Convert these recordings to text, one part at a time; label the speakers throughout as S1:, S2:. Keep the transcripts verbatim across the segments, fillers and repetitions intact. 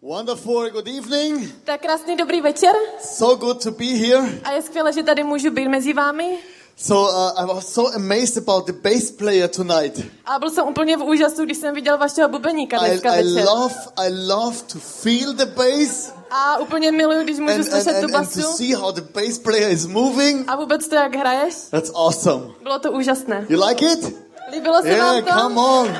S1: Wonderful, good evening.
S2: Tak krásný dobrý večer.
S1: So good to be here.
S2: A je skvělé, že tady můžu být mezi vámi.
S1: So uh, I was so amazed about the bass player tonight.
S2: A byl jsem úplně v úžasu, když jsem viděl vašeho bubeníka dneska
S1: I, I
S2: večer.
S1: love, I love to feel the bass.
S2: A úplně miluju, když můžu
S1: And,
S2: slyšet
S1: and,
S2: tu
S1: and, and to
S2: basu.
S1: see how the bass player is moving.
S2: A vůbec to, jak hraješ.
S1: That's awesome.
S2: Bylo to úžasné.
S1: You like it?
S2: Líbilo se
S1: Yeah,
S2: vám to?
S1: come on.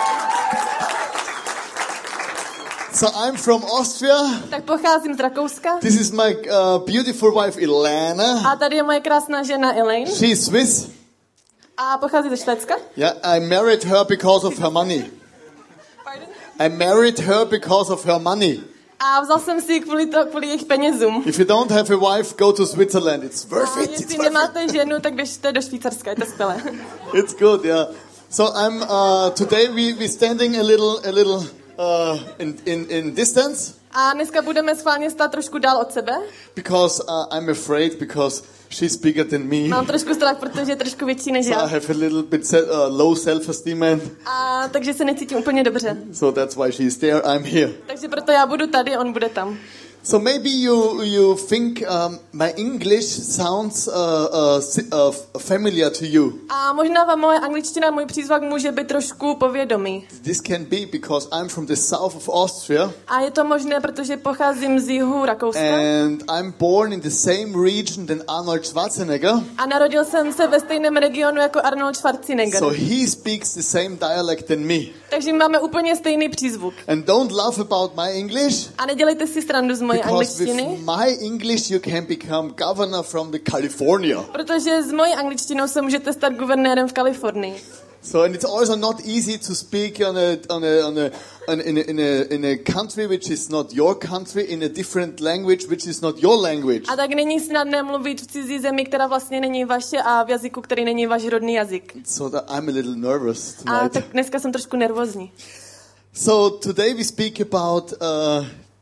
S1: So I'm from Austria.
S2: Tak pocházím z Rakouska.
S1: This is my uh, beautiful wife Ilana.
S2: A tady je moje krásná žena Elaine.
S1: She's Swiss.
S2: A pochází ze Švédska.
S1: Yeah, I married her because of her money.
S2: Pardon?
S1: I married her because of her money.
S2: A vzal jsem si ji kvůli, to, kvůli jejich penězům.
S1: If you don't have a wife, go to Switzerland. It's worth
S2: A
S1: it. It's
S2: jestli
S1: worth
S2: nemáte ženu, tak běžte do Švýcarska, je to skvělé.
S1: it. It's good, yeah. So I'm uh, today we we standing a little a little uh, in, in in distance.
S2: A dneska budeme schválně stát trošku dál od sebe.
S1: Because uh, I'm afraid because she's bigger than me.
S2: Mám trošku strach, protože je trošku větší než
S1: So I
S2: já.
S1: have a little bit se- uh, low self-esteem and
S2: A takže se necítím úplně dobře.
S1: so that's why she's there. I'm here.
S2: Takže proto já budu tady, on bude tam.
S1: So maybe you you think um, my English sounds uh, uh, si- uh, familiar to you.
S2: A možná vám moje angličtina, můj přízvuk může být trošku povědomý.
S1: This can be because I'm from the south of Austria
S2: A je to možné, protože pocházím z jihu Rakouska.
S1: and I'm born in the same region than Arnold Schwarzenegger.
S2: A narodil jsem se ve stejném regionu jako Arnold Schwarzenegger.
S1: So he speaks the same dialect than me.
S2: Takže máme úplně stejný přízvuk.
S1: And don't laugh about my English
S2: A nedělejte si srandu z mojí
S1: because with
S2: angličtiny,
S1: my English you can become governor from the California.
S2: protože s mojí angličtinou se můžete stát guvernérem v Kalifornii.
S1: So and it's also not easy to speak on a on a on a on, in a in a in a country which is not your country in a different language which is not your language.
S2: A tak není snadné mluvit v cizí zemi, která vlastně není vaše, a v jazyku, který není váš rodný jazyk.
S1: So that I'm a little nervous
S2: A
S1: tonight.
S2: tak dneska jsem trošku nervózní.
S1: So today we speak about uh,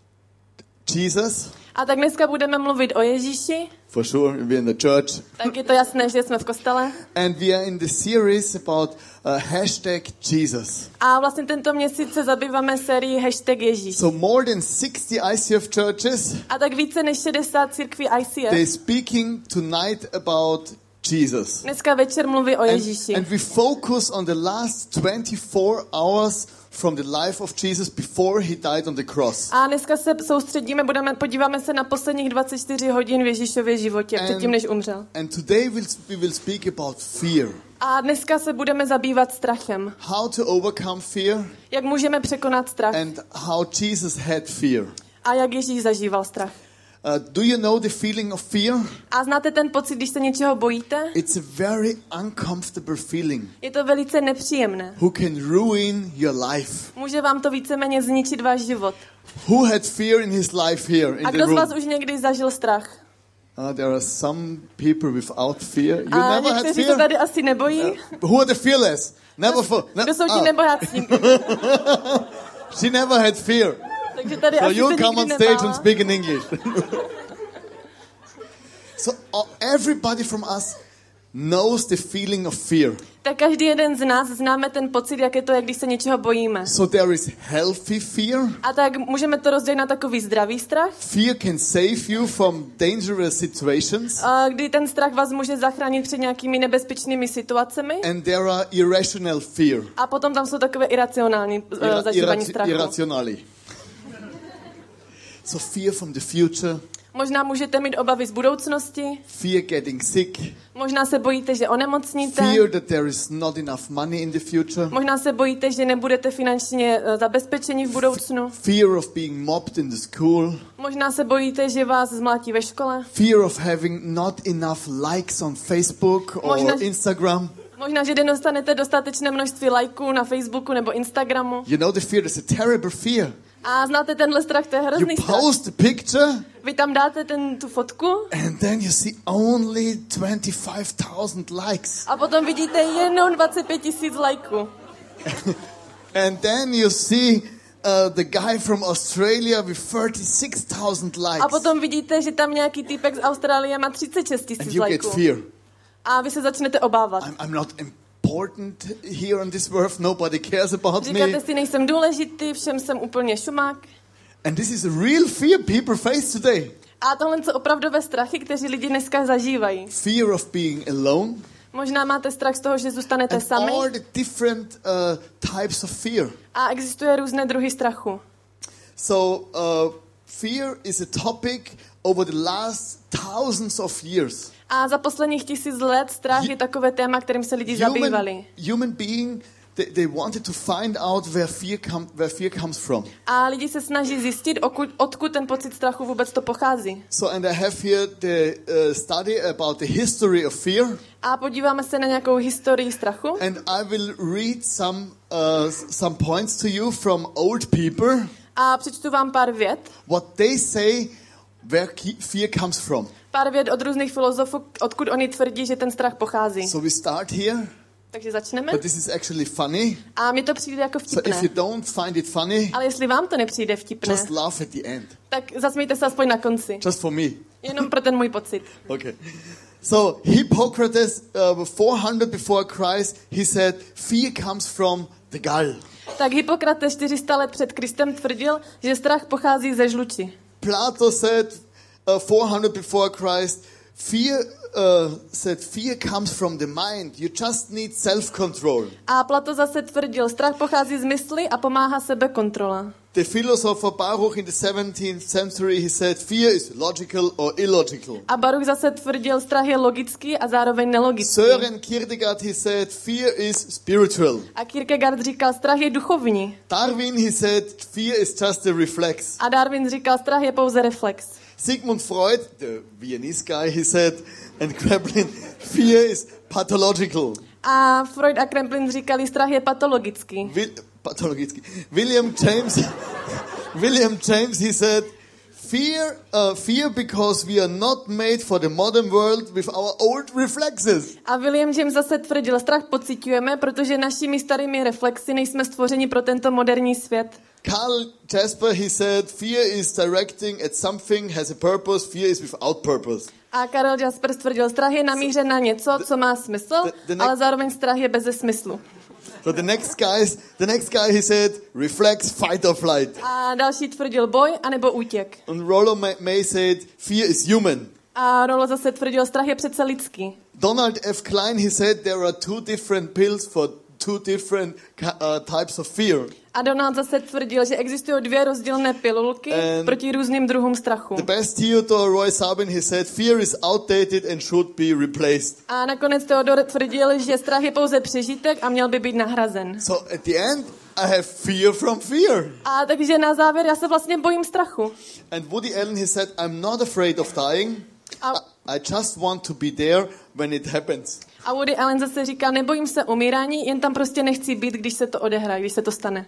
S1: Jesus.
S2: A tak dneska budeme mluvit o Ježíši,
S1: For sure, we're in the church.
S2: tak je to jasné, že jsme v kostele.
S1: And we are in the series about uh, hashtag Jesus.
S2: A vlastně tento měsíc se zabýváme sérií hashtag Ježíš.
S1: So more than sixty I C F churches,
S2: A tak více než šedesát církví I C
S1: they're
S2: F
S1: speaking tonight about Jesus.
S2: dneska večer mluví o
S1: And,
S2: Ježíši.
S1: and we focus on the last twenty-four hours from the life of Jesus before he died on the cross.
S2: A dneska se soustředíme, budeme, podíváme se na posledních dvacet čtyři hodin v Ježíšově životě, předtím, než umřel.
S1: And today we'll, we will speak about fear.
S2: A dneska se budeme zabývat strachem.
S1: How to overcome fear
S2: Jak můžeme překonat strach
S1: and how Jesus had fear.
S2: a jak Ježíš zažíval strach.
S1: Uh, do you know the feeling of fear?
S2: A znáte ten pocit, když se něčeho bojíte?
S1: It's a very uncomfortable feeling
S2: Je to velice nepříjemné.
S1: who can ruin your life.
S2: Může vám to víceméně zničit váš život.
S1: Who had fear in his life here in
S2: A
S1: the
S2: kdo z vás
S1: room?
S2: už někdy zažil strach?
S1: Uh, there are some people without fear. You
S2: A
S1: never had
S2: někteří se
S1: fear?
S2: tady asi nebojí.
S1: Who are the fearless? Never for, ne-
S2: Kdo jsou ti
S1: ah,
S2: nebojácní?
S1: she never had fear.
S2: Takže tady
S1: So
S2: asi
S1: you
S2: se
S1: come
S2: nikdy
S1: on stage and
S2: nebála.
S1: speak in English. So uh, everybody from us knows the feeling of fear.
S2: Tak každý jeden z nás známe ten pocit, jak je to, jak když se něčeho bojíme.
S1: So there is healthy fear.
S2: A tak můžeme to rozdělit na takový zdravý strach,
S1: Fear can save you from dangerous situations.
S2: a kdy ten strach vás může zachránit před nějakými nebezpečnými situacemi.
S1: And there are irrational fear.
S2: A potom tam jsou takové iracionální uh,
S1: Ira-
S2: zažívání
S1: irraci-
S2: strachu.
S1: irrationally. So fear from the future,
S2: Možná můžete mít obavy z budoucnosti,
S1: fear getting sick,
S2: možná se bojíte, že onemocníte,
S1: fear that there is not enough money in the future,
S2: možná se bojíte, že nebudete finančně uh, zabezpečeni v budoucnu,
S1: fear of being mobbed in the school,
S2: možná se bojíte, že vás zmlátí ve škole,
S1: fear of having not enough likes on Facebook or
S2: Možná-
S1: Instagram.
S2: možná, že nedostanete dostatečné množství lajků na Facebooku nebo Instagramu.
S1: You know the fear, there's a terrible fear.
S2: A znáte tenhle strach, to je
S1: You
S2: hrozný strach.
S1: post a picture
S2: Vy tam dáte ten, tu fotku
S1: and then you see only twenty-five thousand likes.
S2: a potom vidíte jenom dvacet pět tisíc lajků.
S1: And then you see uh, the guy from Australia with thirty-six thousand likes.
S2: A potom vidíte, že tam nějaký týpek z Austrálie má třicet šest
S1: And
S2: tisíc
S1: you get
S2: lajků.
S1: fear.
S2: A vy se začnete obávat.
S1: I'm, I'm not important here on this earth. Nobody cares about
S2: Říkáte
S1: me.
S2: si, nejsem důležitý, všem jsem úplně šumák.
S1: And this is a real fear people face today.
S2: A tohle jsou opravdové strachy, kteří lidi dneska zažívají.
S1: Fear of being alone.
S2: Možná máte strach z toho, že zůstanete
S1: And
S2: sami.
S1: all the different uh, types of fear.
S2: A existuje různé druhy strachu.
S1: So uh, fear is a topic over the last thousands of years.
S2: A za posledních tisíc let strach je takové téma, kterým se lidi
S1: Human,
S2: zabývali.
S1: human being, they, they wanted to find out where fear, come, where fear comes from.
S2: A lidi se snaží zjistit, odkud, odkud ten pocit strachu vůbec to pochází.
S1: So, and I have here the uh, study about the history of fear.
S2: A podíváme se na nějakou historii strachu.
S1: And I will read some, uh, some points to you from old people.
S2: A přečtu vám pár vět.
S1: What they say where fear comes from.
S2: Pár vět od různých filozofů, odkud oni tvrdí, že ten strach pochází.
S1: So we start here.
S2: Takže začneme.
S1: But this is actually funny.
S2: A mně to přijde jako vtipné.
S1: So if you don't find it funny,
S2: ale jestli vám to nepřijde vtipné,
S1: just laugh at the end.
S2: Tak zasmějte se aspoň na konci.
S1: Just for me.
S2: Jenom pro ten můj pocit.
S1: Okay. So Hippocrates, uh, four hundred before Christ, he said, fear comes from the gall.
S2: Tak Hippokrates čtyři sta let před Kristem tvrdil, že strach pochází ze žluči.
S1: Plato said, uh, four hundred before Christ, fear uh, said fear comes from the mind. You just need self-control.
S2: A Plato zase tvrdil, strach pochází z mysli a pomáhá sebekontrola.
S1: The philosopher Baruch in the seventeenth century, he said, fear is logical or illogical.
S2: A Baruch zase tvrdil, strach je logický a zároveň nelogický.
S1: Søren Kierkegaard, he said, fear is spiritual.
S2: A Kierkegaard říkal, strach je duchovní.
S1: Darwin, he said, fear is just a reflex.
S2: A Darwin říkal, strach je pouze reflex.
S1: Sigmund Freud, the Viennese guy, he said, and Kraepelin, fear is pathological.
S2: A Freud a Kraepelin říkali, strach je patologický.
S1: Will, pathologický. William James, William James, he said, fear, uh, fear because we are not made for the modern world with our old reflexes.
S2: A William James zase tvrdil, strach pociťujeme, protože našimi starými reflexy nejsme stvořeni pro tento moderní svět.
S1: Karl Jasper, he said, fear is directing at something, has a purpose, fear is without purpose.
S2: A Karel Jasper tvrdil, strach je namířen na něco, co má smysl,
S1: the, the
S2: ale zároveň strach je beze smyslu.
S1: So the next guys, the next guy, he said, reflex, fight or flight.
S2: A další tvrdil boj anebo útěk.
S1: And Rollo May, May said, fear is human.
S2: A Rollo zase tvrdil, strach je přece lidský.
S1: Donald F. Klein, he said, there are two different pills for two different uh, types of fear.
S2: A Donald zase tvrdil, že existují dvě rozdílné pilulky
S1: And
S2: proti různým druhům strachu.
S1: The best Theodore Roy Sabin, he said, fear is outdated and should be replaced.
S2: A nakonec Theodor tvrdil, že strach je pouze přežitek a měl by být nahrazen.
S1: So at the end, I have fear from fear.
S2: A takže na závěr já se vlastně bojím strachu.
S1: And Woody Allen, he said, I'm not afraid of dying.
S2: A,
S1: I just want to be there when it happens.
S2: a Woody Allen zase říká, nebojím se umírání, jen tam prostě nechci být, když se to odehraje, když se to stane.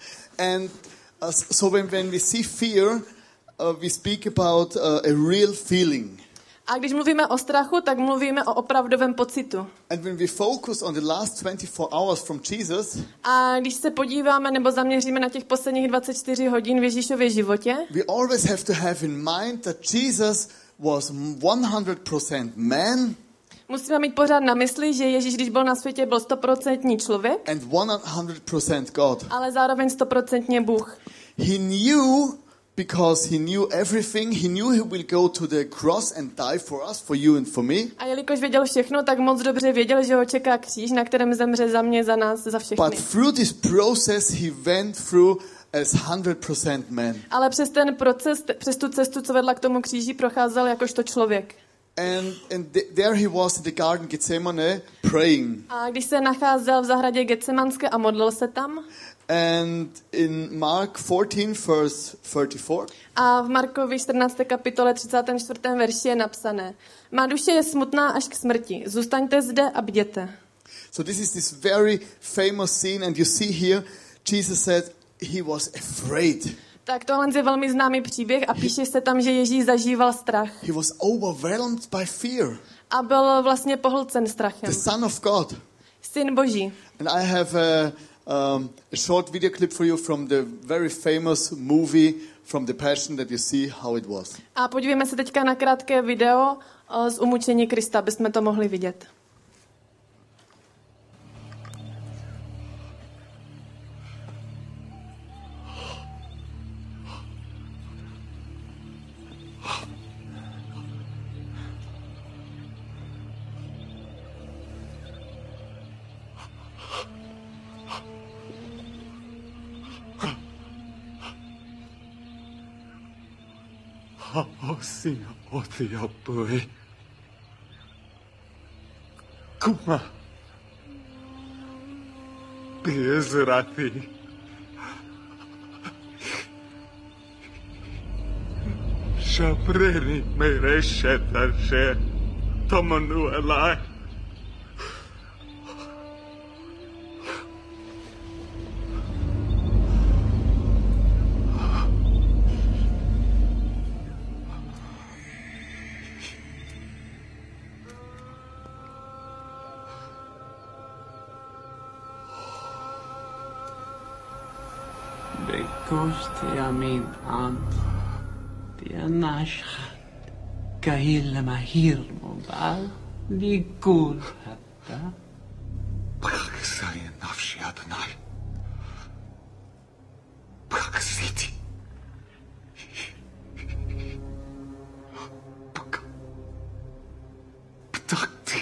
S1: And uh, so when, when we see fear, uh, we speak about uh, a real feeling.
S2: A když mluvíme o strachu, tak mluvíme o opravdovém pocitu.
S1: And when we focus on the last twenty-four hours from Jesus,
S2: A když se podíváme nebo zaměříme na těch posledních dvacet čtyři hodin v Ježíšově životě,
S1: we always have to have in mind that Jesus was one hundred percent man
S2: musíme mít pořád na mysli, že Ježíš, když byl na světě, byl stoprocentní člověk,
S1: and one hundred percent God.
S2: ale zároveň stoprocentně Bůh.
S1: He knew, because he knew everything, he knew he will go to the cross and die for us, for you and for me.
S2: A jelikož věděl všechno, tak moc dobře věděl, že ho čeká kříž, na kterém zemře za mě, za nás, za všechny.
S1: But through this process he went through as one hundred percent man.
S2: Ale přes ten proces, přes tu cestu, co vedla k tomu kříži, procházel jakožto člověk.
S1: And, and th- there he was in the Garden Gethsemane praying.
S2: A když se nacházel v zahradě Getsemanské a modlil se tam,
S1: And in Mark fourteen, verse thirty-four,
S2: a v Markovi čtrnácté kapitole třicátém čtvrtém verši je napsané: Má duše je smutná až k smrti, zůstaňte zde a bděte.
S1: so this is this very famous scene, and you see here, Jesus said he was afraid.
S2: Tak tohle je velmi známý příběh a píše se tam, že Ježíš zažíval strach.
S1: He was overwhelmed by fear.
S2: A byl vlastně pohlcen strachem.
S1: The Son of God.
S2: Syn Boží.
S1: And I have a, um, a short video clip for you from the very famous movie from the Passion that you see how it was.
S2: A podívejme se teďka na krátké video o, z umučení Krista, abychom to mohli vidět.
S3: Osia otia pui. Kuma. Bezrati. Shapreni mereshetashe. Tomanu elai.
S4: Bekostia min ant. Tianashad. Kahilla mahirmo bal. Likul hatta.
S3: Praksai nafshi Adonai. Praksiti. Ptakti.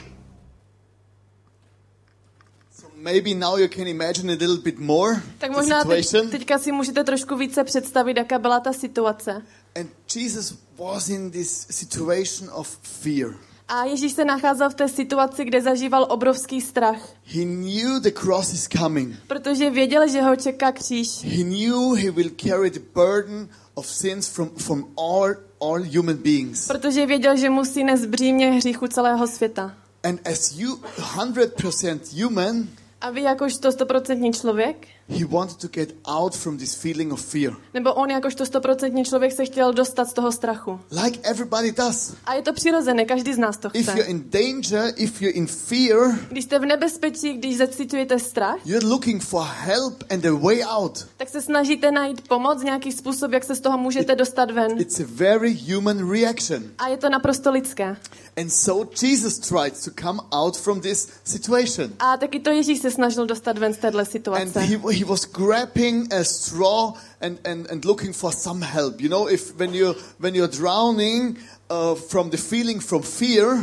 S1: Maybe now you can imagine a little bit more
S2: Tak
S1: the
S2: možná teď,
S1: situation.
S2: teďka si můžete trošku více představit, jaká byla ta situace.
S1: And Jesus was in this situation of fear.
S2: A Ježíš se nacházel v té situaci, kde zažíval obrovský strach,
S1: He knew the cross is coming.
S2: protože věděl, že ho čeká kříž.
S1: He knew he will carry the burden of sins from, from all, all human beings.
S2: Protože věděl, že musí nést břímě hříchu celého světa.
S1: And as you, one hundred percent human,
S2: A vy jakožto stoprocentní člověk,
S1: he wanted to get out from this feeling of fear.
S2: nebo on jakožto stoprocentní člověk se chtěl dostat z toho strachu.
S1: Like everybody does.
S2: A je to přirozené, každý z nás to
S1: If you're
S2: chce.
S1: in danger, if you're in fear,
S2: Když jste v nebezpečí, když zacitujete strach,
S1: you're looking for help and a way out.
S2: tak se snažíte najít pomoc, nějaký způsob, jak se z toho můžete dostat ven.
S1: It's a very human reaction.
S2: A je to naprosto lidské.
S1: And so Jesus tried to come out from this situation.
S2: A taky to Ježíš se snažil dostat ven z téhle
S1: And
S2: situace.
S1: he, he was grabbing a straw and, and, and looking for some help. You know, if when you when you're drowning uh, from the feeling from fear,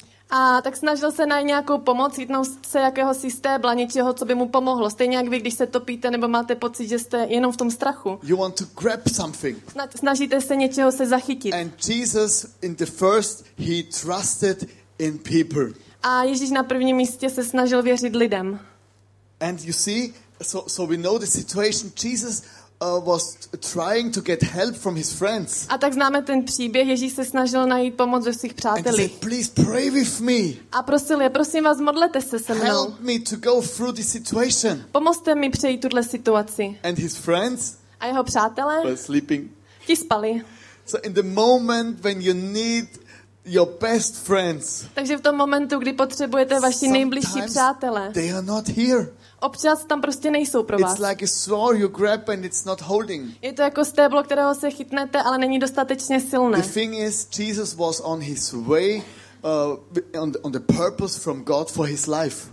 S2: A tak snažil se najít nějakou pomoc, chytnout se jakéhosi stébla, něčeho, co by mu pomohlo. Stejně jak vy, když se topíte nebo máte pocit, že jste jenom v tom strachu.
S1: you want to grab something.
S2: Sna- Snažíte se něčeho se zachytit.
S1: And Jesus, in the first, he trusted in people.
S2: A Ježíš na prvním místě se snažil věřit lidem.
S1: And you see, so so we know the situation. Jesus uh, was trying to get help from his friends.
S2: A tak známe ten příběh, Ježíš se snažil najít pomoc ve svých
S1: And he
S2: přátelích.
S1: said, please pray with me.
S2: A prosil je, prosím vás, modlete se se mnou.
S1: Help me to go through this situation.
S2: Pomozte mi přejít tuhle situaci.
S1: And his friends
S2: A jeho přátelé,
S1: were sleeping.
S2: ti spali.
S1: So in the moment when you need your best friends,
S2: Takže v tom momentu, kdy potřebujete vaši nejbližší
S1: sometimes
S2: přátelé,
S1: they are not here.
S2: občas tam prostě nejsou pro vás.
S1: It's like a straw you grab and it's not holding.
S2: Je to jako stéblo, kterého se chytnete, ale není dostatečně silné.
S1: The thing is, Jesus was on his way, uh, on, the, on the purpose from God for his life.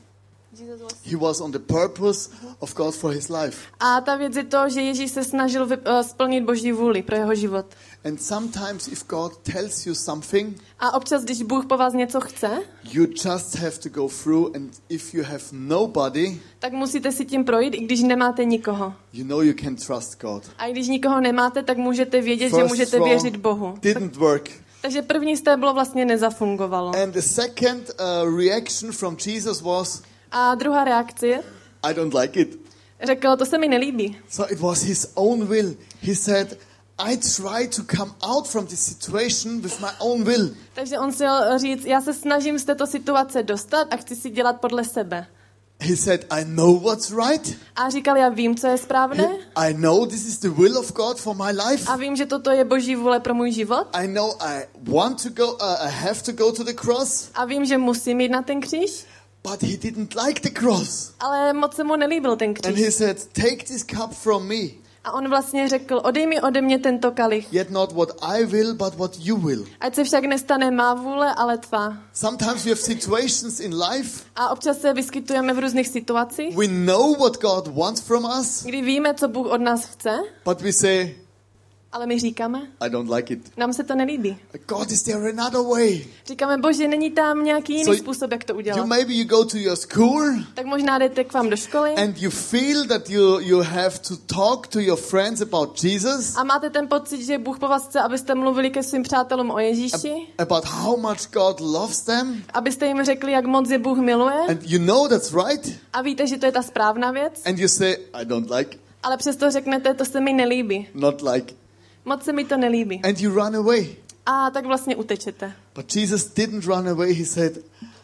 S1: He was on the purpose of God for his life.
S2: A ta věc je to, že Ježíš se snažil vy, uh, splnit Boží vůli pro jeho život.
S1: And sometimes if God tells you something,
S2: A občas, když Bůh po vás něco chce,
S1: you just have to go through, and if you have nobody,
S2: tak musíte si tím projít, i když nemáte nikoho.
S1: you know you can trust God.
S2: A i když nikoho nemáte, tak můžete vědět, že
S1: First
S2: můžete
S1: straw
S2: věřit Bohu.
S1: didn't work.
S2: Takže první stéblo vlastně nezafungovalo.
S1: And the second uh, reaction from Jesus was,
S2: A druhá reakce,
S1: I don't like it.
S2: řekl, to se mi nelíbí.
S1: So it was his own will. He said, I try to come out from this situation with my own will.
S2: Takže on si chtěl říct, já se snažím z této situace dostat a chci si dělat podle sebe.
S1: He said, I know what's right.
S2: A říkal, já vím, co je správné
S1: I know this is the will of God for my life.
S2: a vím, že toto je Boží vůle pro můj život
S1: I know I want to go, uh, I have to go to the cross.
S2: a vím, že musím jít na ten kříž,
S1: But he didn't like the cross.
S2: ale moc se mu nelíbil ten
S1: And
S2: kříž.
S1: he said, take this cup from me.
S2: A on vlastně řekl, odej mi ode mě tento kalich.
S1: Yet not what I will, but what you will.
S2: Ať se však nestane má vůle, ale tvá.
S1: Sometimes we have situations in life.
S2: A občas se vyskytujeme v různých situacích,
S1: We know what God wants from us,
S2: kdy víme, co Bůh od nás chce,
S1: but we say,
S2: Ale my říkáme,
S1: I don't like it.
S2: nám se to nelíbí.
S1: God, is there another way?
S2: Říkáme, Bože, není tam nějaký jiný
S1: So
S2: způsob, jak to
S1: You
S2: udělat.
S1: maybe you go to your school
S2: Tak možná jdete k vám do školy
S1: and you feel that you you have to talk to your friends about Jesus,
S2: a máte ten pocit, že Bůh po vás chce, abyste mluvili ke svým přátelům o Ježíši,
S1: about how much God loves them,
S2: abyste jim řekli, jak moc je Bůh miluje
S1: and you know that's right,
S2: a víte, že to je ta správná věc,
S1: and you say, I don't like,
S2: ale přesto řeknete, to se mi nelíbí.
S1: not like,
S2: Moc se mi to nelíbí.
S1: and you run away.
S2: A tak vlastně utečete.
S1: But Jesus didn't run away. He said,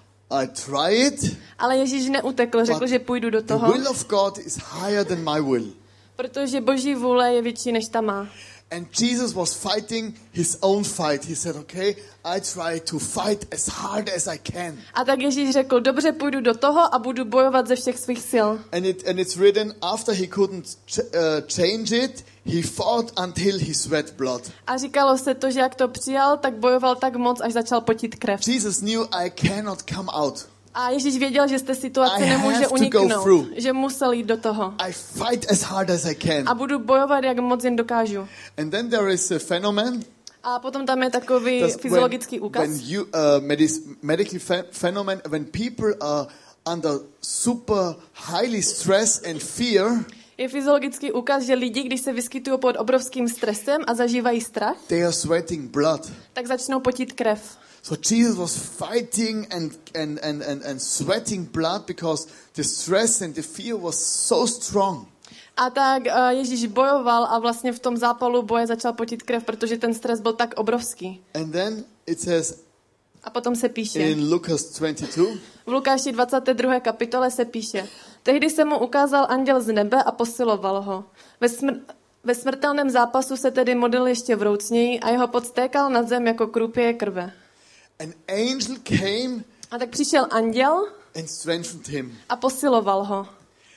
S1: I try it.
S2: Ale Ježíš neutekl, řekl,
S1: But
S2: že půjdu do
S1: The
S2: toho,
S1: will of God is higher than my will.
S2: protože Boží vůle je větší než ta má.
S1: And Jesus was fighting his own fight. He said, okay, I try to fight as hard as I can.
S2: A tak Ježíš řekl, dobře, půjdu do toho a budu bojovat ze všech svých sil.
S1: And it and it's written, after he couldn't ch- uh, change it, he fought until he sweat blood.
S2: A říkalo se to, že jak to přijal, tak bojoval tak moc, až začal potit krev.
S1: Jesus knew I cannot come out.
S2: A Ježíš věděl, že z té situace
S1: I
S2: nemůže
S1: have to go
S2: uniknout,
S1: through.
S2: že musel jít do toho.
S1: I fight as hard as I can.
S2: A budu bojovat, jak moc jen dokážu.
S1: And then there is a phenomenon.
S2: A potom tam je takový
S1: That's
S2: fyziologický
S1: when,
S2: úkaz.
S1: when you uh, medis, medical phe- phenomenon when people are under super highly stress and fear,
S2: Je fyziologický úkaz, že lidi, když se vyskytují pod obrovským stresem a zažívají strach,
S1: they are sweating blood.
S2: tak začnou potit krev.
S1: So Jesus was fighting and, and, and, and, and sweating blood because the stress and the fear was so strong.
S2: A tak uh, Ježíš bojoval a vlastně v tom zápalu boje začal potit krev, protože ten stres byl tak obrovský.
S1: And then it says
S2: A potom se píše,
S1: in Lucas twenty-two,
S2: v Lukáši dvacáté druhé kapitole se píše, tehdy se mu ukázal anděl z nebe a posiloval ho. Ve, smr- ve smrtelném zápasu se tedy modlil ještě vroucněji a jeho pot stékal na zem jako krupě krve.
S1: an angel came
S2: A tak přišel anděl
S1: and strengthened him.
S2: a posiloval ho.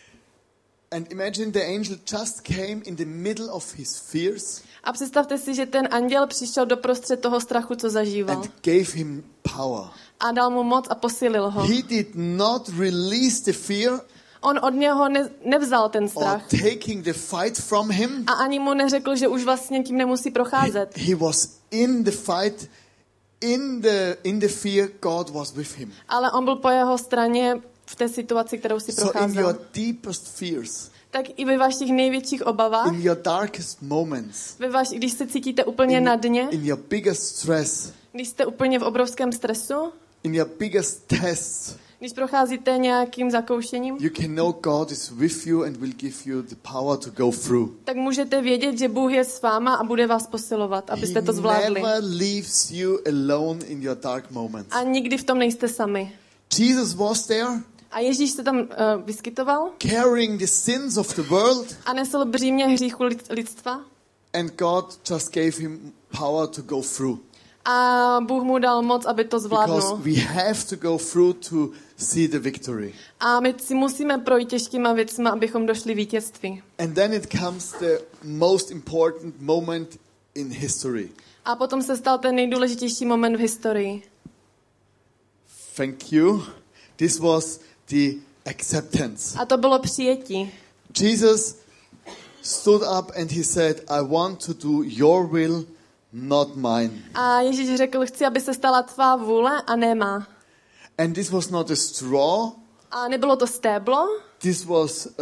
S1: And imagine the angel just came in the middle of his fears
S2: A představte si, že ten anděl přišel doprostřed toho strachu, co zažíval.
S1: and gave him power.
S2: A dal mu moc a posilil ho.
S1: He did not release the fear
S2: On od něho ne- nevzal ten
S1: or
S2: strach.
S1: taking the fight from him.
S2: A ani mu neřekl, že už vlastně tím nemusí procházet.
S1: He, he was in the fight, in the in the fear. God was with him.
S2: Ale on byl po jeho straně v té situaci, kterou si
S1: So in
S2: procházel.
S1: your deepest fears,
S2: Tak i ve vašich největších obavách,
S1: in your darkest moments,
S2: ve vaš, když se cítíte úplně na dně,
S1: in your biggest stress,
S2: když jste úplně v obrovském stresu,
S1: in your biggest tests,
S2: když procházíte nějakým zakoušením,
S1: you can know God is with you and will give you the power to go through.
S2: tak můžete vědět, že Bůh je s váma a bude vás posilovat, abyste
S1: He
S2: to zvládli.
S1: never leaves you alone in your dark moments.
S2: A nikdy v tom nejste sami.
S1: Jesus was there
S2: A Ježíš se tam uh, vyskytoval
S1: carrying the sins of the world,
S2: a nesl břímě hříchu lid- lidstva.
S1: and God just gave him power to go through.
S2: A Bůh mu dal moc, aby to
S1: Because
S2: zvládnul.
S1: we have to go through to see the victory.
S2: A my si musíme projít těžkýma věcma, abychom došli vítězství.
S1: And then it comes the most important moment in history.
S2: A potom se stal ten nejdůležitější moment v historii.
S1: Thank you. This was the acceptance.
S2: A to bylo přijetí.
S1: Jesus stood up and he said, I want to do your will, not mine.
S2: A Ježíš řekl, chci, aby se stala tvá vůle a ne má.
S1: And this was not a straw.
S2: A nebylo to stéblo,
S1: This was uh,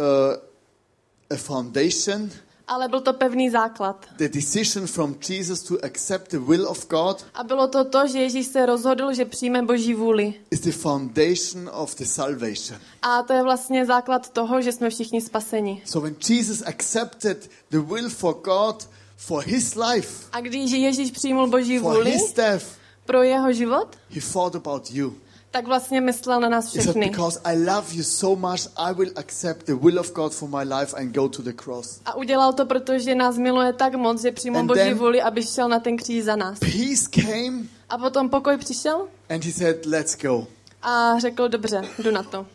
S1: a foundation.
S2: ale byl to pevný základ.
S1: The decision from Jesus to accept the will of God
S2: A bylo to to, že Ježíš se rozhodl, že přijme Boží vůli.
S1: is the foundation of the salvation.
S2: A to je vlastně základ toho, že jsme všichni spaseni.
S1: So when Jesus accepted the will for God for his life,
S2: A když Ježíš přijmul Boží
S1: for
S2: vůli
S1: his death,
S2: pro jeho život,
S1: he thought about you.
S2: tak vlastně myslel na nás
S1: He said,
S2: všechny.
S1: because I love you so much, I will accept the will of God for my life and go to the cross.
S2: A udělal to, protože nás miluje tak moc, že přijmul
S1: And
S2: Boží
S1: then-
S2: vůli, aby šel na ten kříž za nás.
S1: Peace came
S2: A potom pokoj přišel
S1: and he said, let's go.
S2: a řekl, dobře, jdu na to.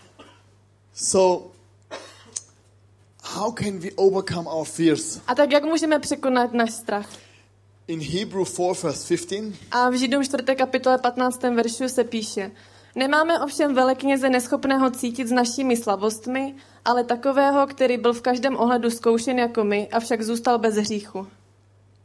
S1: So, how can we overcome our fears?
S2: A tak jak můžeme překonat náš strach?
S1: In Hebrew four verse fifteen,
S2: A v Židům čtvrté kapitole patnáctém veršu se píše: Nemáme ovšem velekněze neschopného cítit s našimi slabostmi, ale takového, který byl v každém ohledu zkoušen jako my, avšak zůstal bez hříchu.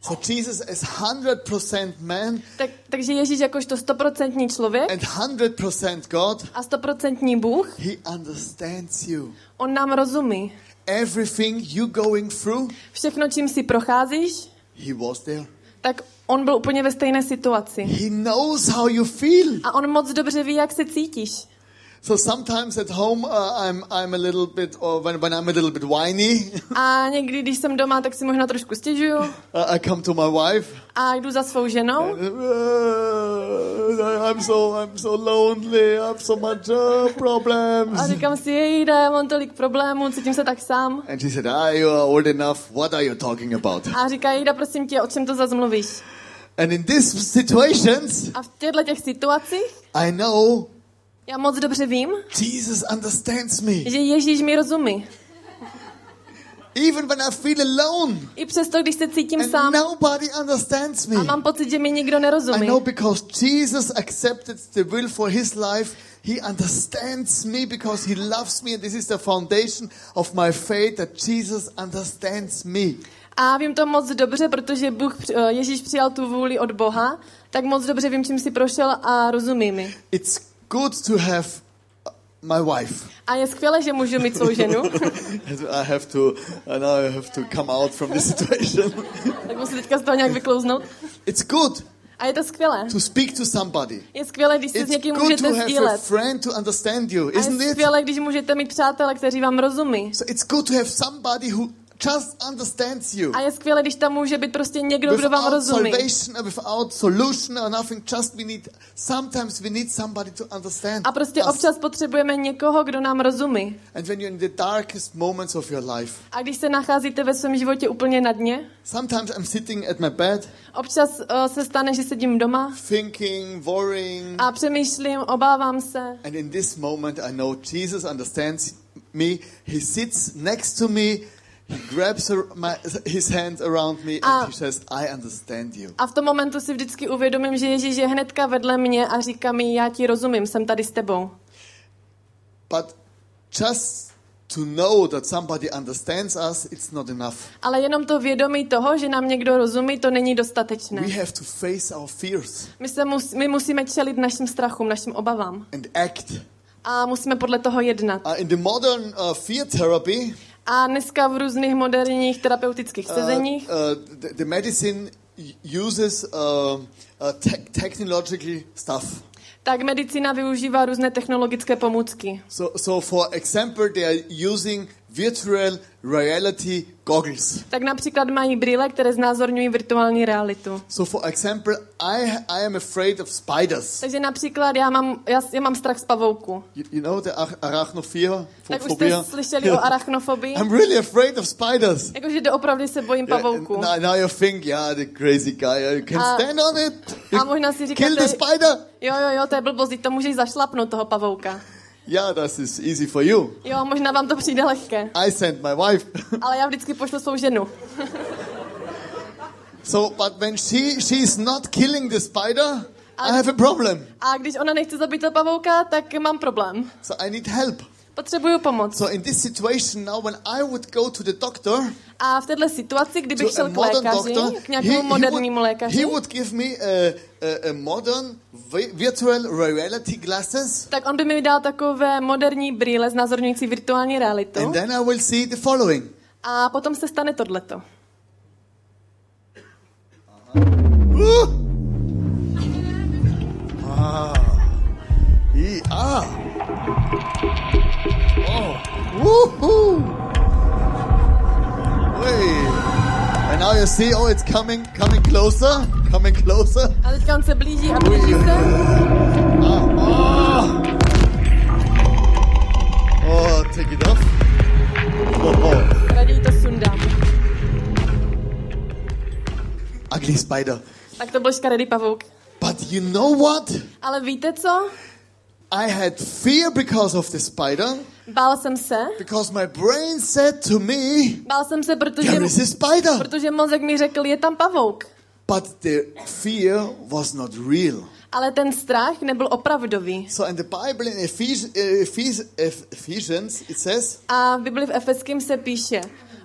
S1: So Jesus is one hundred percent man
S2: Tak, takže Ježíš jakožto stoprocentní člověk
S1: and one hundred percent God.
S2: a stoprocentní Bůh,
S1: He understands you.
S2: on nám rozumí.
S1: Everything you going through,
S2: Všechno, čím si procházíš,
S1: he was there.
S2: tak on byl úplně ve stejné situaci.
S1: He knows how you feel.
S2: A on moc dobře ví, jak se cítíš.
S1: So sometimes at home uh, I'm I'm a little bit or when when I'm a little bit whiny,
S2: A někdy, když jsem doma, tak si možná trošku stěžuju
S1: uh, I come to my wife.
S2: a jdu za svou ženou.
S1: Uh, I'm so I'm so lonely. I have so much uh, problems.
S2: A říkám si, jejda, já mám tolik problémů, cítím se tak sám.
S1: And she said, "Ah, you are old enough. What are you talking about?"
S2: A říká, jejda, prosím tě, o čem to zase mluvíš?
S1: And in these situations,
S2: A v těchto těch situacích
S1: I know
S2: já moc dobře vím,
S1: Jesus understands me.
S2: že Ježíš mi rozumí.
S1: Even when I feel alone
S2: I přesto, když se cítím
S1: and
S2: sám
S1: nobody understands me.
S2: a mám pocit, že mi nikdo
S1: I
S2: nerozumí.
S1: know because Jesus accepted the will for his life. He understands me because he loves me, and this is the foundation of my faith that Jesus understands me.
S2: A vím to moc dobře, protože Bůh, Ježíš přijal tu vůli od Boha, tak moc dobře vím, čím si prošel a rozumí mi.
S1: It's good to have my wife.
S2: A je skvělé, že můžu mít svou ženu.
S1: I have to, I now I have to come out from this situation.
S2: Tak musím teďka z toho nějak vyklouznout.
S1: It's good
S2: A je to skvělé.
S1: to speak to somebody.
S2: Je skvělé, když si s
S1: It's
S2: někým
S1: good to
S2: můžete
S1: have a
S2: sdílet.
S1: friend to understand you,
S2: A
S1: isn't
S2: je
S1: it?
S2: skvělé, když můžete mít přátele, kteří vám rozumí.
S1: So it's good to have somebody who just understands you.
S2: A je skvělé, když tam může být prostě někdo, kdo vám
S1: Without
S2: rozumí.
S1: salvation or without solution or nothing, just we need, sometimes we need somebody to understand
S2: A prostě
S1: us.
S2: občas potřebujeme někoho, kdo nám rozumí.
S1: And when you're in the darkest moments of your life,
S2: A když se nacházíte ve svém životě úplně na dně,
S1: sometimes I'm sitting at my bed,
S2: občas uh, se stane, že sedím doma
S1: thinking, worrying,
S2: a přemýšlím, obávám se.
S1: and in this moment I know Jesus understands me. He sits next to me, he grabs her, my, his hand around me,
S2: A-
S1: and he says, I understand you.
S2: A v tom momentu si vždycky uvědomím, že Ježíš je hnedka vedle mě a říká mi, já ti rozumím, jsem tady s tebou.
S1: But just to know that somebody understands us, it's not enough.
S2: Ale jenom to vědomí toho, že nám někdo rozumí, to není
S1: We
S2: dostatečné.
S1: have to face our fears
S2: My, se mus, my musíme čelit našim strachům, našim obavám.
S1: and act.
S2: A musíme podle toho jednat.
S1: Uh, in the modern uh, fear therapy,
S2: A dneska v různých moderních terapeutických
S1: uh,
S2: sezeních
S1: uh, the, the medicine uses uh, uh, te- technological stuff.
S2: tak medicína využívá různé technologické pomůcky.
S1: So, so for example, they are using virtual reality goggles.
S2: Tak například mají brýle, které znázorňují virtuální realitu.
S1: So for example, I I am afraid of spiders.
S2: Takže například já mám, já, já mám strach z pavouku.
S1: You, you know the ach- arachnophobia?
S2: Tak už
S1: phobia?
S2: jste slyšeli o arachnofobii?
S1: I'm really afraid of spiders.
S2: Jakože doopravdy se bojím
S1: Yeah,
S2: pavouku.
S1: and now, now you think, yeah, the crazy guy, you can
S2: A-
S1: stand on it.
S2: a možná si
S1: Kill the
S2: říkáte,
S1: spider.
S2: jo, jo, jo, to je blbost, to můžeš zašlapnout toho pavouka.
S1: Yeah, that is easy for you.
S2: Jo, možná vám to přijde lehké,
S1: I sent my wife.
S2: ale já vždycky pošlu svou ženu.
S1: So, but when she she's not killing the spider, I have a problem.
S2: A když ona nechce zabít toho pavouka, tak mám problém.
S1: So I need help.
S2: Potřebuju pomoc.
S1: So in this situation now, when I would go to the doctor,
S2: A v této situaci, kdybych
S1: to a
S2: šel k
S1: modern
S2: lékaři,
S1: doctor,
S2: k nějakému modernímu
S1: would,
S2: lékaři,
S1: he would give me a, a, a modern vi- virtual reality glasses,
S2: tak on by mi dal takové moderní brýle znázorňující virtuální realitu.
S1: and then I will see the following.
S2: A potom se stane tohleto.
S1: Woo! Ah. He, ah. Oh. Woohoo! Wait. And now you see, oh, it's coming, coming closer, coming closer.
S2: A teďka on se blíží a blíží se.
S1: Ah, oh. Oh, take it off. Oh, oh.
S2: Raději to sundám.
S1: Ugly spider.
S2: Tak to byl škaredý pavouk.
S1: But you know what?
S2: Ale víte co?
S1: I had fear because of the spider,
S2: Bál jsem se.
S1: because my brain said to me,
S2: Bál jsem se, protože,
S1: there is a spider.
S2: protože mozek mi řekl, je tam pavouk.
S1: But the fear was not real.
S2: Ale ten strach nebyl opravdový.
S1: So in the Bible, in Ephes- Ephes- Ephes- Ephesians, it says,
S2: A v Bibli v Efeským se píše,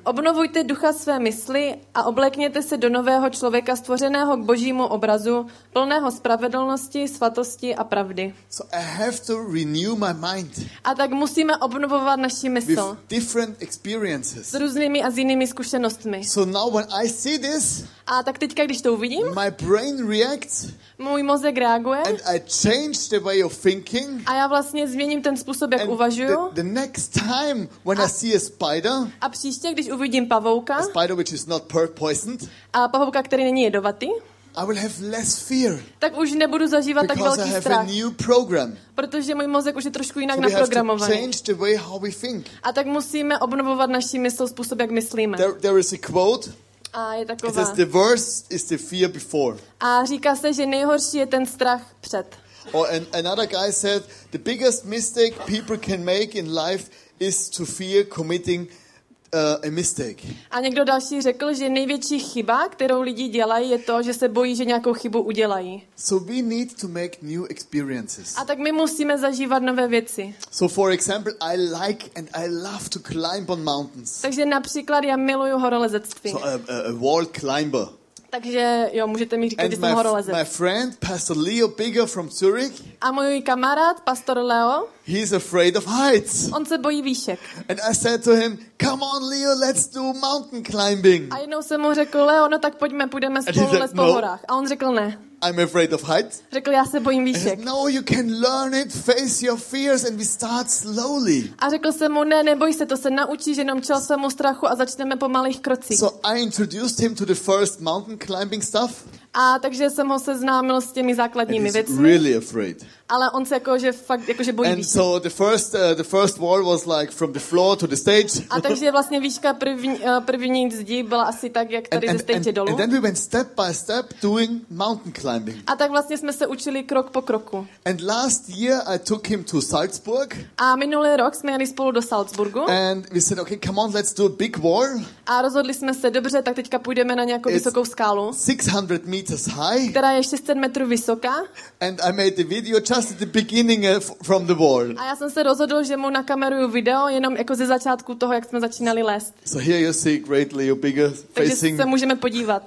S2: Obnovujte ducha své mysli a oblékněte se do nového člověka stvořeného k božímu obrazu, plného spravedlnosti, svatosti a pravdy.
S1: So I have to renew my mind
S2: A tak musíme obnovovat naši
S1: with
S2: mysl
S1: different experiences.
S2: s různými a s jinými zkušenostmi.
S1: So now when I see this,
S2: A tak teďka, když to uvidím,
S1: my brain reacts
S2: můj mozek reaguje
S1: and I change the way of thinking.
S2: a já vlastně změním ten způsob, jak
S1: And
S2: uvažuju.
S1: the, the next time when I see a spider,
S2: A příště, když uvidím pavouka,
S1: a spider which is not per- poisoned,
S2: a pavouka, který není jedovatý,
S1: I will have less fear
S2: tak už nebudu zažívat tak
S1: because I
S2: velký
S1: have a
S2: strach,
S1: new program.
S2: protože můj mozek už je trošku jinak
S1: So we have to
S2: naprogramovaný.
S1: change the way how we think.
S2: A tak musíme obnovovat naši mysl, způsob, jak myslíme.
S1: There, there is a quote.
S2: A je
S1: It says
S2: taková.
S1: the worst is the fear before.
S2: A říká se, že nejhorší je ten strach před.
S1: Or an, another guy said the biggest mistake people can make in life is to fear committing uh, a mistake.
S2: A někdo další řekl, že největší chyba, kterou lidi dělají, je to, že se bojí, že nějakou chybu udělají.
S1: So we need to make new experiences.
S2: A tak my musíme zažívat nové věci.
S1: So for example, I like and I love to climb on mountains.
S2: Takže například já miluju horolezectví.
S1: So a, a, a wall climber.
S2: Takže jo, můžete mi říkat, že
S1: And
S2: jsem
S1: my, my
S2: horolezec.
S1: friend, Pastor Leo Bigger from Zurich,
S2: A můj kamarád, pastor Leo,
S1: he's afraid of heights.
S2: on se bojí výšek.
S1: And I said to him, come on Leo, let's do mountain climbing.
S2: A jednou jsem mu řekl, Leo, no tak pojďme, půjdeme
S1: he
S2: spolu
S1: said,
S2: les po
S1: "No."
S2: horách. A on řekl ne.
S1: I'm afraid of heights.
S2: Řekl, já se bojím
S1: I said,
S2: výšek.
S1: no, you can learn it, face your fears, and we start slowly.
S2: A řekl jsem mu, ne, neboj se, to se naučíš, jenom čel svému strachu a začneme po malých krocích.
S1: So I introduced him to the first mountain climbing stuff.
S2: A takže jsem ho seznámil s těmi
S1: And
S2: základními
S1: he's
S2: věcmi,
S1: really afraid.
S2: ale on se jakože fakt jakože bojí
S1: And
S2: výšek.
S1: so the first, uh, the first wall was like from the floor to the stage.
S2: A takže vlastně výška první, eh, první zdi byla asi tak, jak tady
S1: And,
S2: ze
S1: and, and,
S2: stage dolů.
S1: and then we went step by step doing mountain climbing.
S2: A tak vlastně jsme se učili krok po kroku.
S1: And last year I took him to Salzburg.
S2: A minulý rok jsme jeli spolu do Salzburgu
S1: And we said, okay, come on, let's do a big wall,
S2: a rozhodli jsme se, dobře, tak teďka půjdeme na nějakou
S1: It's-
S2: vysokou skálu,
S1: six hundred meters high.
S2: která je šest set metrů vysoká.
S1: And I made the video just at the beginning uh, f- from the wall.
S2: A já jsem se rozhodl, že mu nakameruju video jenom jako ze začátku toho, jak jsme začínali lézt.
S1: So here you see great Leo Bigger
S2: Takže
S1: facing.
S2: se můžeme podívat.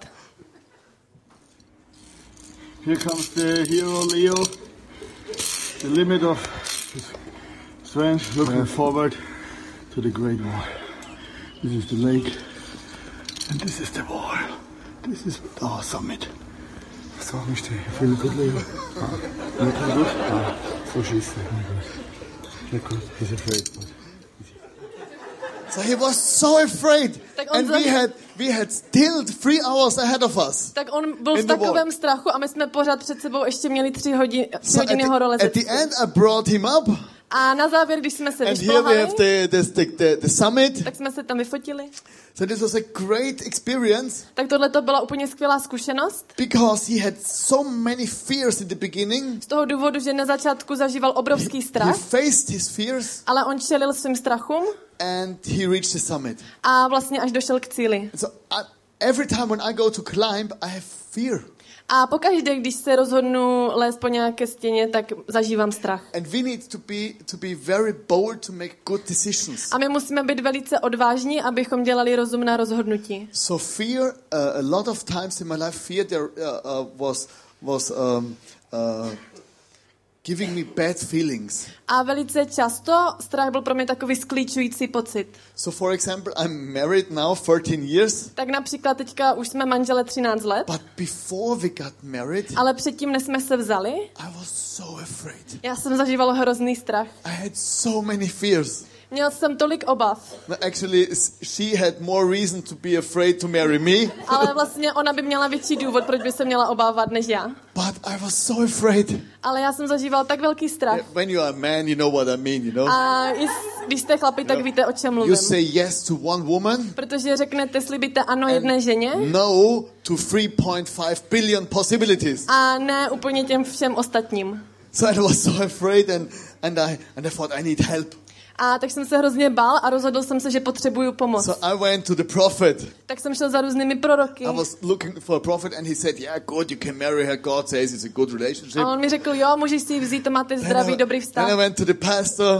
S5: Here comes the hero Leo, the limit of his strength, looking forward to the great wall. This is the lake, and this is the wall. This is our summit.
S3: Co mich ty?
S5: Feel good, Leo? Looking good?
S3: Slušaj se.
S5: Good. He's afraid. But
S1: So he was so afraid.
S2: Tak on
S1: And we
S2: za-
S1: had we had still three hours ahead of us.
S2: Tak on byl v
S1: In the wall.
S2: takovém strachu a my jsme pořád před sebou ještě měli tři hodiny, tři
S1: So at
S2: hodiny
S1: the, at
S2: horolezectví.
S1: the end I brought him up.
S2: A na závěr, když jsme se
S1: And here we
S2: vyšplhali,
S1: have the, the, the, the, the summit.
S2: tak jsme se tam vyfotili.
S1: So this was a great experience
S2: Tak tohle to byla úplně skvělá zkušenost.
S1: because he had so many fears in the beginning.
S2: Z toho důvodu, že na začátku zažíval obrovský
S1: He
S2: strach,
S1: faced his fears
S2: ale on čelil svým strachům
S1: and he reached the summit.
S2: a vlastně až došel k cíli.
S1: So I, every time when I go to climb, I have fear.
S2: A pokaždé, když se rozhodnu lézt po nějaké stěně, tak zažívám strach.
S1: And we need to be to be very bold to make good decisions.
S2: A my musíme být velice odvážní, abychom dělali rozumná rozhodnutí.
S1: So fear, uh, a lot of times in my life, fear there uh, uh, was was um, uh, giving me bad feelings.
S2: A velice často strach byl pro mě takový sklíčující pocit.
S1: So for example, I'm married now thirteen years,
S2: Tak například teďka už jsme manžele třináct let,
S1: but before we got married,
S2: ale předtím, než jsme se vzali,
S1: I was so afraid.
S2: já jsem zažívala hrozný strach.
S1: I had so many fears.
S2: Měl jsem tolik obav,
S1: No, actually, s- she had more reason to be afraid to marry me,
S2: ale vlastně ona by měla větší důvod, proč by se měla obávat, než já.
S1: but I was so afraid.
S2: Ale já jsem zažíval tak velký strach.
S1: When you are a man, you know what I mean, you know?
S2: A i s- když jste chlapi, tak víte, o čem
S1: You
S2: mluvím.
S1: say yes to one woman,
S2: Protože řeknete, slibíte ano jedné ženě
S1: no to three point five billion possibilities.
S2: a ne úplně těm všem ostatním.
S1: So I was so afraid, and and I and I thought I need help.
S2: A tak jsem se hrozně bál a rozhodl jsem se, že potřebuju pomoc.
S1: So I went to the prophet.
S2: Tak jsem šel za různými proroky.
S1: I was looking for a prophet, and he said, "Yeah, good, you can marry her. God says it's a good relationship."
S2: A on mi řekl, jo, můžeš si ji vzít, to máte zdravý, dobrý
S1: Then I
S2: vztah.
S1: went to the pastor.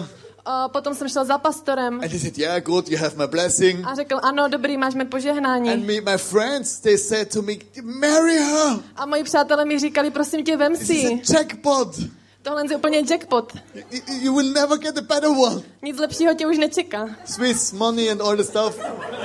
S2: A potom jsem šel za pastorem
S1: And he said, yeah, good, you have my blessing.
S2: a řekl, ano, dobrý, máš mé požehnání.
S1: And me, my friends, they said to me, marry her.
S2: A moji přátelé mi říkali, prosím tě, vem
S1: This
S2: si.
S1: is a jackpot.
S2: Tohle je úplně jackpot.
S1: You, you will never get a better one.
S2: Nic lepšího tě už nečeká.
S1: Swiss money and all the stuff.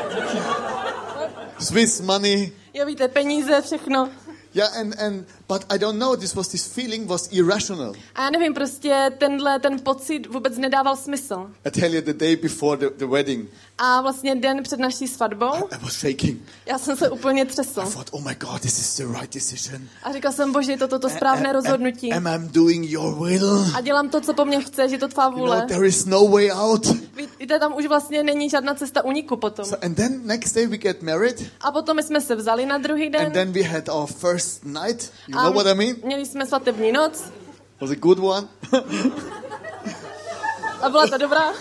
S1: Swiss money.
S2: Jo, víte, peníze, všechno.
S1: Yeah, and, and but I don't know, this was this feeling was irrational.
S2: A já nevím, prostě tenhle, ten pocit vůbec nedával smysl.
S1: I tell you the day before the, the wedding,
S2: A vlastně den před naší svatbou,
S1: I was shaking.
S2: já jsem se úplně třesl.
S1: I thought, oh my God, this is the right decision.
S2: A říkal jsem, bože, je to toto správné
S1: Am-
S2: rozhodnutí.
S1: Am, am I doing your will?
S2: A dělám to, co po mně chceš, je to tvá
S1: You know,
S2: vůle.
S1: there is no way out.
S2: Víte, tam už vlastně není žádná cesta úniku potom.
S1: So, and then next day we get married,
S2: A potom my jsme se vzali na druhý
S1: and
S2: den.
S1: then we had our first night. You
S2: A
S1: know what I mean?
S2: měli jsme svatební noc.
S1: Was a good one.
S2: A byla to dobrá.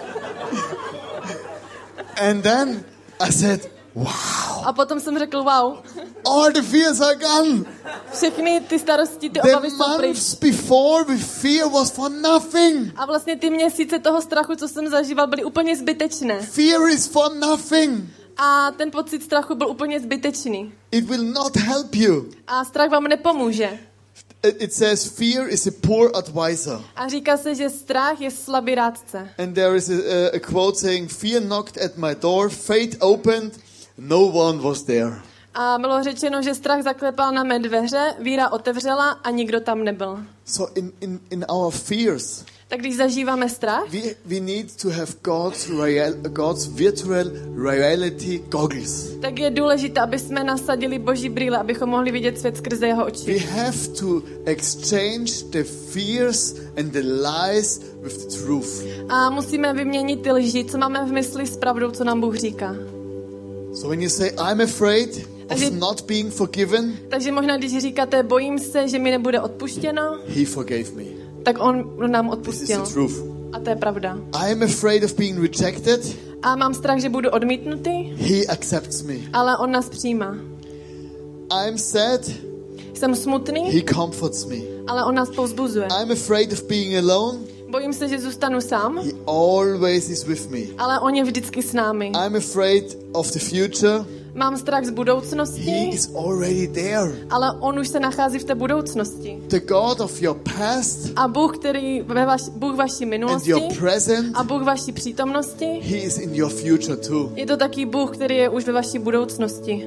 S1: And then I said, wow,
S2: A potom jsem řekl, wow,
S1: all the fears are gone.
S2: všechny ty starosti, ty
S1: The
S2: obavy jsou pryč.
S1: months before with fear was for nothing.
S2: A vlastně ty měsíce toho strachu, co jsem zažíval, byly úplně zbytečné.
S1: Fear is for nothing.
S2: A ten pocit strachu byl úplně zbytečný.
S1: It will not help you.
S2: A strach vám nepomůže.
S1: It it says fear is a poor advisor.
S2: A říká se, že strach je slabý rádce.
S1: And there is a, a quote saying, fear knocked at my door, fate opened, no one was there.
S2: A bylo řečeno, že strach zaklepal na mé dveře, víra otevřela a nikdo tam nebyl.
S1: So in, in, in our fears,
S2: Tak když zažíváme strach,
S1: we, we need to have God's, real, God's virtual reality goggles.
S2: tak je důležité, aby jsme nasadili boží brýle, abychom mohli vidět svět skrze jeho
S1: We
S2: oči.
S1: have to exchange the fears and the lies with the truth.
S2: A musíme vyměnit ty lži, co máme v mysli s pravdou, co nám Bůh říká.
S1: So when you say, I'm afraid of
S2: Takže-
S1: not being forgiven,
S2: Takže možná, když říkáte, bojím se, že mi nebude odpuštěno,
S1: He forgave me.
S2: tak on nám
S1: This is
S2: odpustil.
S1: the truth.
S2: A to je pravda.
S1: I am afraid of being rejected.
S2: A mám strach, že budu odmítnutý,
S1: He accepts me.
S2: ale on nás přijímá.
S1: I'm sad.
S2: Jsem smutný,
S1: He comforts me.
S2: ale on nás povzbuzuje.
S1: I'm afraid of being alone.
S2: Bojím se, že zůstanu sám,
S1: He always is with me.
S2: ale on je vždycky s námi.
S1: I'm afraid of the future.
S2: Mám strach z
S1: He
S2: budoucnosti,
S1: is already there.
S2: ale on už se nachází v té budoucnosti.
S1: The God of your past
S2: A Bůh, který ve vaš, Bůh vaší
S1: and
S2: minulosti
S1: your present,
S2: a Bůh vaší přítomnosti,
S1: He is in your future too.
S2: je to taky Bůh, který je už ve vaší budoucnosti.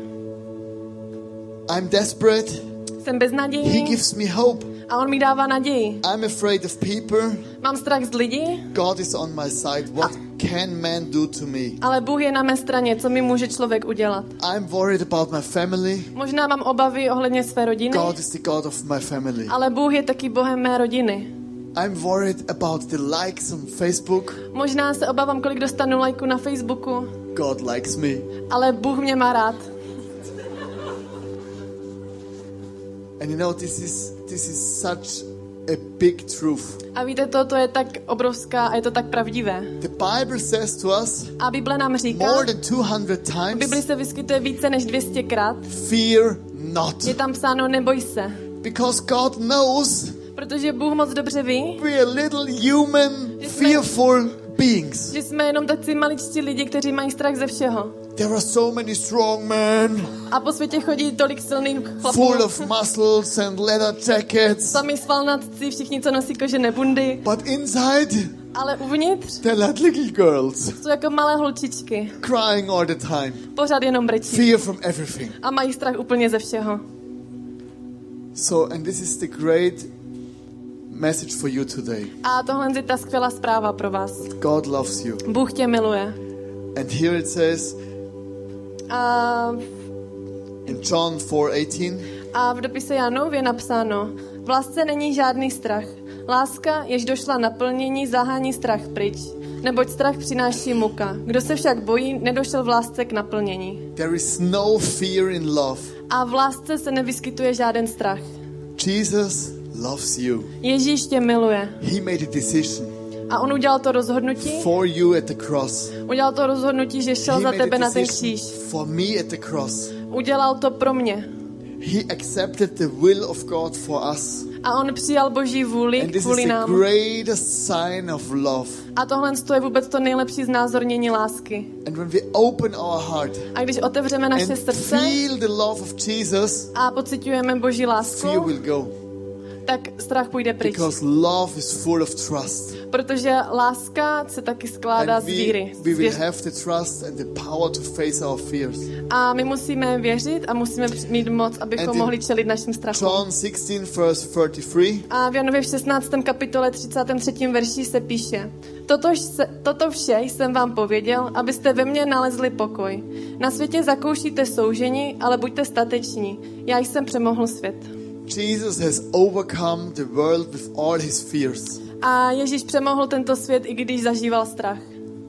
S1: I'm desperate.
S2: Jsem
S1: He
S2: beznadějný
S1: gives me hope.
S2: a on mi dává naději.
S1: I'm afraid of people.
S2: Mám strach z lidí,
S1: God is on my side. What can man do to me?
S2: ale Bůh je na mé straně, co mi může člověk udělat.
S1: I'm worried about my family.
S2: Možná mám obavy ohledně své rodiny,
S1: God is the God of my family.
S2: ale Bůh je taky Bohem mé rodiny.
S1: I'm worried about the likes on Facebook.
S2: Možná se obávám, kolik dostanu lajku na Facebooku,
S1: God likes me.
S2: ale Bůh mě má rád.
S1: And you know, this is this is such a big truth.
S2: A víte, to, to je tak obrovská a je to tak pravdivé.
S1: The Bible says to us
S2: A Bible nám říká,
S1: more than two hundred
S2: v Bibli
S1: times,
S2: se vyskytuje více než dvě stě krát,
S1: fear not.
S2: je tam psáno neboj se.
S1: Because God knows
S2: Protože Bůh moc dobře ví,
S1: we are little human, fearful beings.
S2: že jsme jenom tací maličtí lidi, kteří mají strach ze všeho.
S1: There are so many strong men,
S2: A po světě chodí tolik silných chlapů,
S1: full of muscles and leather jackets.
S2: sami svalnatci, všichni, co nosí kožené bundy,
S1: But inside,
S2: ale uvnitř
S1: they're like little girls,
S2: jsou jako malé holčičky.
S1: crying all the time.
S2: Pořád jenom brečí.
S1: Fear from everything.
S2: A mají strach úplně ze všeho.
S1: So, and this is the great message for you today.
S2: A tohle je ta skvělá zpráva pro vás.
S1: God loves you.
S2: Bůh tě miluje.
S1: And here it says
S2: A,
S1: in John four eighteen,
S2: a v dopise Janův je napsáno, v lásce není žádný strach. Láska, jež došla naplnění, zahání strach pryč. Neboť strach přináší muka. Kdo se však bojí, nedošel v lásce k naplnění.
S1: there is no fear in love.
S2: A v lásce se nevyskytuje žádný strach.
S1: Jesus loves you.
S2: Ježíš tě miluje.
S1: He made a decision
S2: A on udělal to rozhodnutí.
S1: for you at the cross.
S2: Udělal to rozhodnutí, že šel
S1: He
S2: za
S1: made
S2: tebe
S1: a
S2: na ten
S1: decision
S2: kříž.
S1: for me at the cross.
S2: Udělal to pro mě.
S1: he accepted the will of God for us.
S2: A on přijal Boží vůli
S1: And this is
S2: kvůli
S1: the
S2: nám.
S1: greatest sign of love.
S2: A tohle je vůbec to nejlepší znázornění lásky.
S1: And when we open our heart
S2: A když otevřeme naše
S1: and
S2: srdce
S1: feel the love of Jesus,
S2: a pociťujeme Boží lásku,
S1: fear will go.
S2: tak strach půjde pryč.
S1: Because love is full of trust.
S2: Protože láska se taky skládá
S1: And
S2: z
S1: we,
S2: víry.
S1: we will
S2: Zvěř-
S1: have the trust and the power to face our fears.
S2: A my musíme věřit a musíme mít moc,
S1: And
S2: abychom
S1: in
S2: mohli čelit našim strachům.
S1: John sixteen verse thirty-three,
S2: A v Janově v šestnáctém kapitole třicátém třetím verši se píše: Toto, se, toto vše jsem vám pověděl, abyste ve mně nalezli pokoj. Na světě zakoušíte soužení, ale buďte stateční. Já jsem přemohl svět.
S1: Jesus has overcome the world with all his fears.
S2: A Ježíš přemohl tento svět, i když zažíval strach.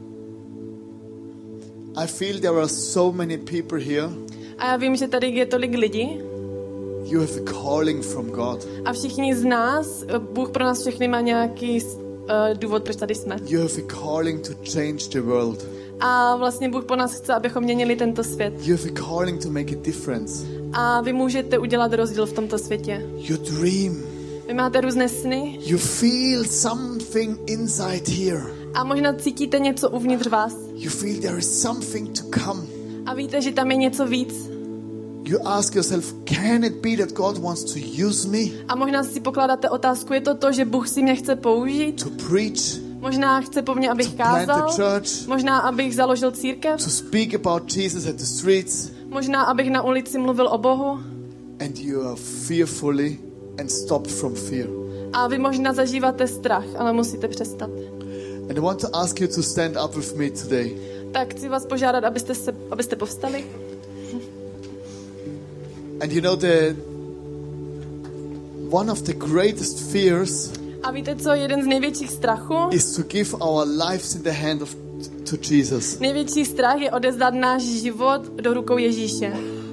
S1: I feel there are so many people here.
S2: A já vím, že tady je tolik lidí
S1: You have a calling from God.
S2: a všichni z nás, Bůh pro nás všechny má nějaký uh, důvod, proč tady jsme.
S1: You have a calling to change the world.
S2: A vlastně Bůh po nás chce, abychom měnili tento svět.
S1: You have a calling to make a difference.
S2: A vy můžete udělat rozdíl v tomto světě.
S1: You dream.
S2: Vy máte různé sny
S1: You feel something inside here.
S2: a možná cítíte něco uvnitř vás.
S1: You feel there is something to come.
S2: A víte, že tam je něco víc.
S1: You ask yourself, can it be that God wants to use me
S2: A možná si pokládáte otázku, je to to, že Bůh si mě chce použít?
S1: to preach,
S2: Možná chce po mně, abych
S1: to plant a
S2: kázal?
S1: church,
S2: Možná, abych založil církev?
S1: to speak about Jesus at the streets,
S2: Možná, abych na ulici mluvil o Bohu?
S1: and you are fearfully and stopped from fear.
S2: A vy možná zažíváte strach, ale musíte přestat.
S1: And I want to ask you to stand up with me today.
S2: Tak chci vás požádat, abyste, se, abyste povstali.
S1: And you know the one of the greatest fears
S2: A víte co, jeden z největších strachů?
S1: is to give our lives in the hand of to Jesus.
S2: Největší strach je odevzdat náš život do rukou Ježíše.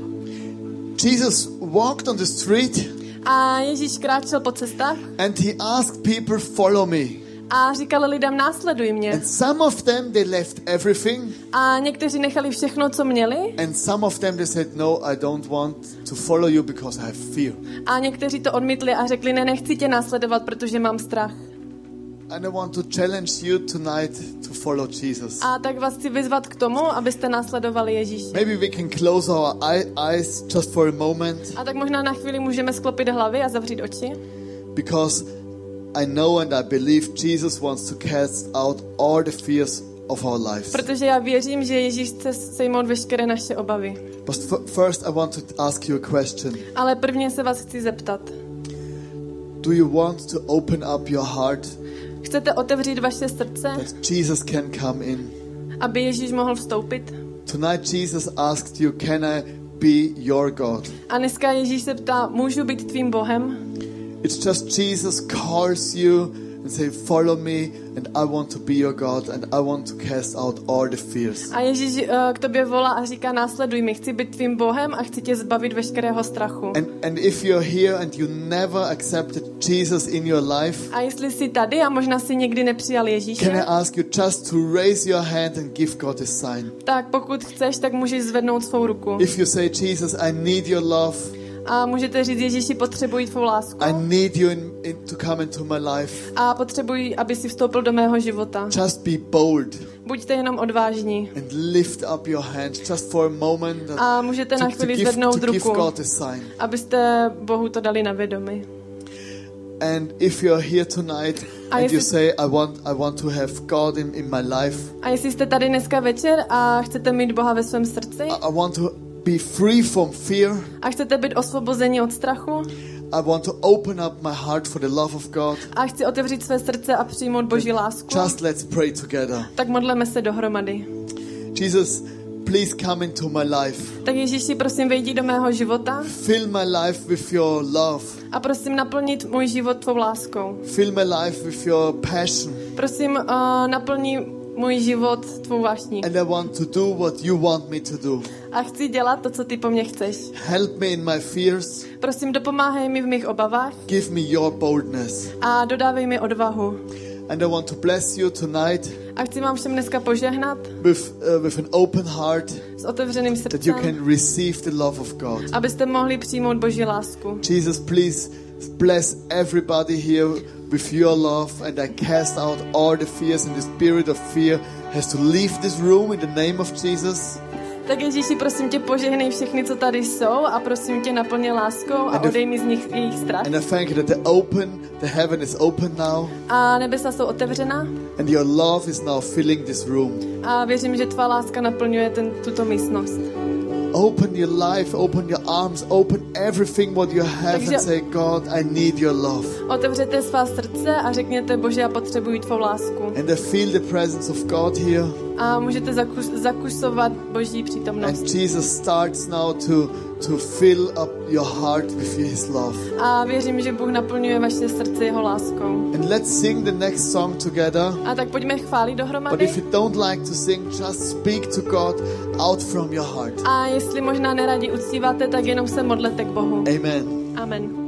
S1: Jesus walked on the street
S2: A Ježíš kráčel po cestách
S1: and he asked people, follow me.
S2: a říkal lidem, následuj mě.
S1: And some of them, they left everything.
S2: A někteří nechali všechno, co měli.
S1: And some of them, they said, no, I don't want to follow you because I have fear.
S2: A někteří to odmítli a řekli, ne, nechci tě následovat, protože mám strach.
S1: And I want to challenge you tonight to follow Jesus.
S2: A tak vás chci vyzvat k tomu, abyste následovali Ježíše.
S1: Maybe we can close our eye- eyes just for a moment,
S2: A tak možná na chvíli můžeme sklopit hlavy a zavřít oči.
S1: because I know and I believe Jesus wants to cast out all the fears of our lives.
S2: Protože já věřím, že Ježíš chce sejmout veškeré naše obavy.
S1: But f- first I want to ask you a question.
S2: Ale prvně se vás chci zeptat.
S1: Do you want to open up your heart
S2: Chcete otevřít vaše srdce,
S1: that Jesus can come in?
S2: aby Ježíš mohl vstoupit?
S1: Tonight Jesus asked you, can I be your God?
S2: A dneska Ježíš se ptá, můžu být tvým Bohem?
S1: It's just Jesus calls you and say, follow me and I want to be your God and I want to cast out all the fears.
S2: A Ježíš uh, k tobě volá a říká, následuj mi, chci být tvým Bohem a chci tě zbavit veškerého strachu.
S1: And, and if you're here and you never accepted Jesus in your life,
S2: A jestli jsi tady a možná si někdy nepřijal
S1: can I
S2: Ježíše,
S1: ask you just to raise your hand and give God a sign?
S2: tak pokud chceš, tak můžeš zvednout svou ruku.
S1: If you say, Jesus, I need your love,
S2: A můžete říct, Ježíši, potřebuji tvou lásku.
S1: I need you in, in, to come into my life.
S2: A potřebuji, aby si vstoupil do mého života.
S1: Just be bold
S2: Buďte jenom odvážní.
S1: and lift up your hand just for a moment
S2: A můžete na
S1: to, to,
S2: chvíli
S1: give,
S2: zvednout
S1: to give
S2: ruku,
S1: God a sign.
S2: abyste Bohu to dali na vědomí.
S1: And if you're here tonight
S2: A
S1: and you
S2: jestli-
S1: say, I want, I want to have God in, in my life,
S2: A jestli jste tady dneska večer a chcete mít Boha ve svém srdci
S1: I, I want to be free from fear,
S2: a chcete být osvobozeni od strachu
S1: I want to open up my heart for the love of God,
S2: a chci otevřít své srdce a přijmout Boží lásku,
S1: just let's pray together.
S2: tak modleme se dohromady.
S1: Jesus, please come into my life.
S2: Tak Ježíši, prosím, vejdi do mého života
S1: Fill my life with your love.
S2: a prosím naplnit můj život tvou láskou.
S1: Fill my life with your passion.
S2: Prosím, uh, naplni můj život tvou vášní.
S1: And I want to do what you want me to do.
S2: A chci dělat to, co ty po mně chceš.
S1: Help me in my fears.
S2: Prosím, dopomáhej mi v mých obavách
S1: Give me your boldness.
S2: a dodávej mi odvahu.
S1: And I want to bless you tonight
S2: A chci vám všem dneska požehnat
S1: with, uh, with an open heart
S2: s otevřeným
S1: that you
S2: srdcem,
S1: can receive the love of God.
S2: abyste mohli přijmout Boží lásku.
S1: Jesus, please bless everybody here with your love, and I cast out all the fears, and the spirit of fear has to leave this room in the name of Jesus.
S2: Tak Ježíši, prosím tě, požehnej všechny, co tady jsou, a prosím tě, naplně láskou a
S1: And the-
S2: odej mi z nich jejich strach.
S1: And I thank you that the open, the heaven is open now,
S2: A nebesa jsou otevřena
S1: and your love is now filling this room.
S2: a věřím, že tvá láska naplňuje ten, tuto místnost.
S1: Open your life, open your arms, open everything what you have
S2: Takže-
S1: and say, God, I need your love.
S2: Otevřete svá srdce a řekněte, Bože, já potřebuji tvou lásku.
S1: And I feel the presence of God here.
S2: A můžete zakus, zakusovat Boží přítomnost.
S1: And Jesus starts now to, to fill up your heart with his love.
S2: A věřím, že Bůh naplňuje vaše srdce jeho láskou.
S1: And let's sing the next song together.
S2: A tak pojďme chválit
S1: But
S2: dohromady.
S1: if you don't like to sing, just speak to God out from your heart.
S2: A jestli možná neradi uctíváte, tak jenom se modlete k Bohu.
S1: Amen.
S2: Amen.